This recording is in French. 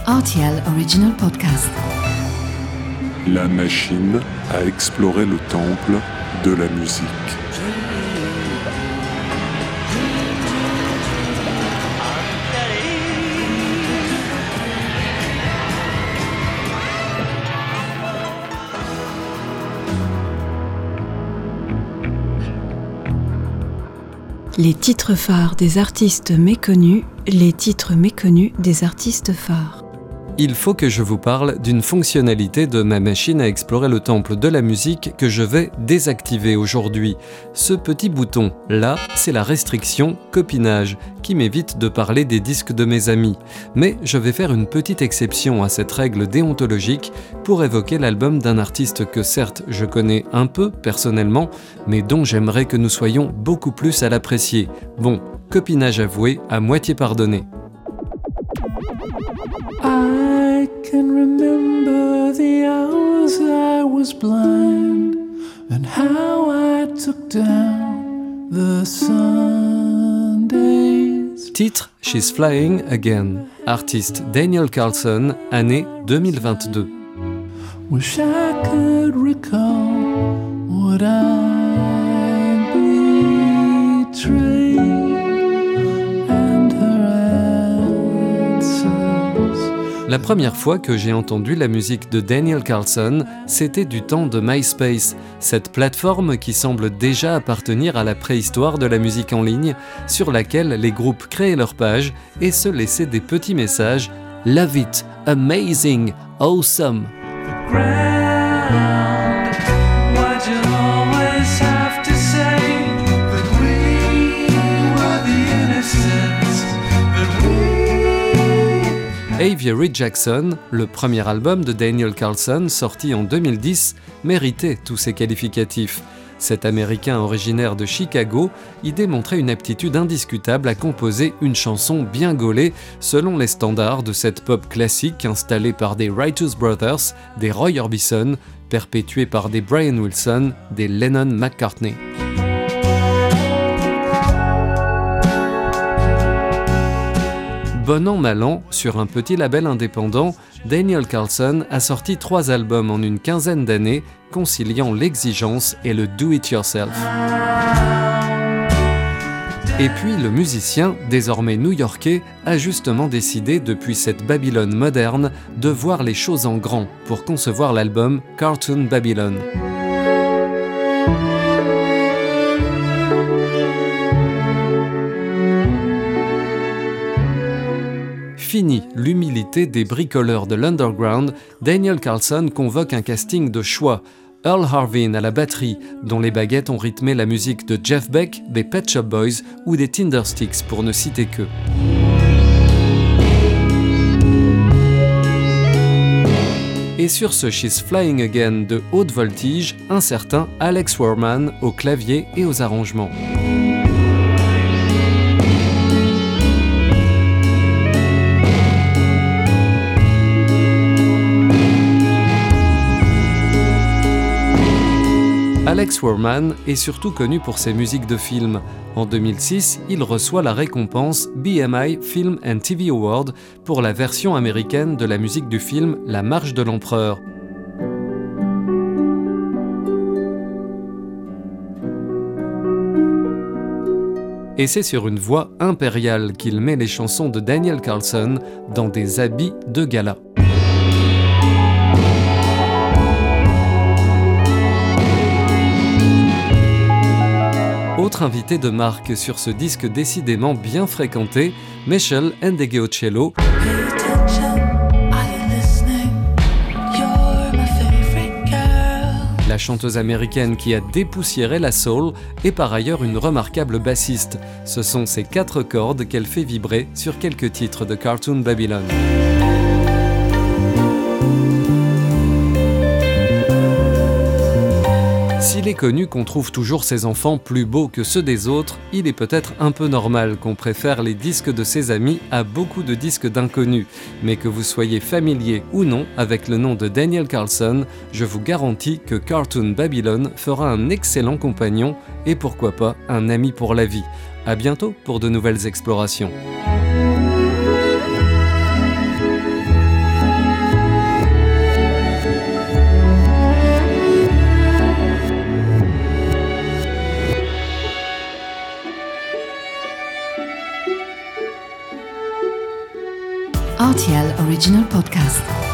RTL Original Podcast. La machine a exploré le temple de la musique. Les titres phares des artistes méconnus, les titres méconnus des artistes phares. Il faut que je vous parle d'une fonctionnalité de ma machine à explorer le temple de la musique que je vais désactiver aujourd'hui. Ce petit bouton, là, c'est la restriction copinage, qui m'évite de parler des disques de mes amis. Mais je vais faire une petite exception à cette règle déontologique pour évoquer l'album d'un artiste que certes je connais un peu personnellement, mais dont j'aimerais que nous soyons beaucoup plus à l'apprécier. Bon, copinage avoué, à moitié pardonné. I can remember the hours I was blind and how I took down the Sundays. Titre She's Flying Again. Artiste Daniel Carlson, année 2022. Wish I could recall what I betrayed and her answers. La première fois que j'ai entendu la musique de Daniel Carlson, c'était du temps de MySpace, cette plateforme qui semble déjà appartenir à la préhistoire de la musique en ligne, sur laquelle les groupes créaient leurs pages et se laissaient des petits messages « Love it, amazing, awesome ». Aviary Jackson, le premier album de Daniel Carlson sorti en 2010, méritait tous ces qualificatifs. Cet Américain originaire de Chicago y démontrait une aptitude indiscutable à composer une chanson bien gaulée selon les standards de cette pop classique installée par des Righteous Brothers, des Roy Orbison, perpétuée par des Brian Wilson, des Lennon-McCartney. Bon an mal an, sur un petit label indépendant, Daniel Carlson a sorti 3 albums en une quinzaine d'années, conciliant l'exigence et le do-it-yourself. Et puis le musicien, désormais new-yorkais, a justement décidé depuis cette Babylone moderne de voir les choses en grand pour concevoir l'album Cartoon Babylon. Fini l'humilité des bricoleurs de l'underground, Daniel Carlson convoque un casting de choix. Earl Harvin à la batterie, dont les baguettes ont rythmé la musique de Jeff Beck, des Pet Shop Boys ou des Tindersticks pour ne citer que. Et sur ce She's Flying Again de haute voltige, un certain Alex Warman au clavier et aux arrangements. Alex Warman est surtout connu pour ses musiques de films. En 2006, il reçoit la récompense BMI Film and TV Award pour la version américaine de la musique du film La Marche de l'Empereur. Et c'est sur une voix impériale qu'il met les chansons de Daniel Carlson dans des habits de gala. Autre invité de marque sur ce disque décidément bien fréquenté, Meshel Ndegeocello, la chanteuse américaine qui a dépoussiéré la soul est par ailleurs une remarquable bassiste. Ce sont ces 4 cordes qu'elle fait vibrer sur quelques titres de Cartoon Babylon. S'il est connu qu'on trouve toujours ses enfants plus beaux que ceux des autres, il est peut-être un peu normal qu'on préfère les disques de ses amis à beaucoup de disques d'inconnus. Mais que vous soyez familier ou non avec le nom de Daniel Carlson, je vous garantis que Cartoon Babylon fera un excellent compagnon et pourquoi pas un ami pour la vie. À bientôt pour de nouvelles explorations. RTL Original Podcast.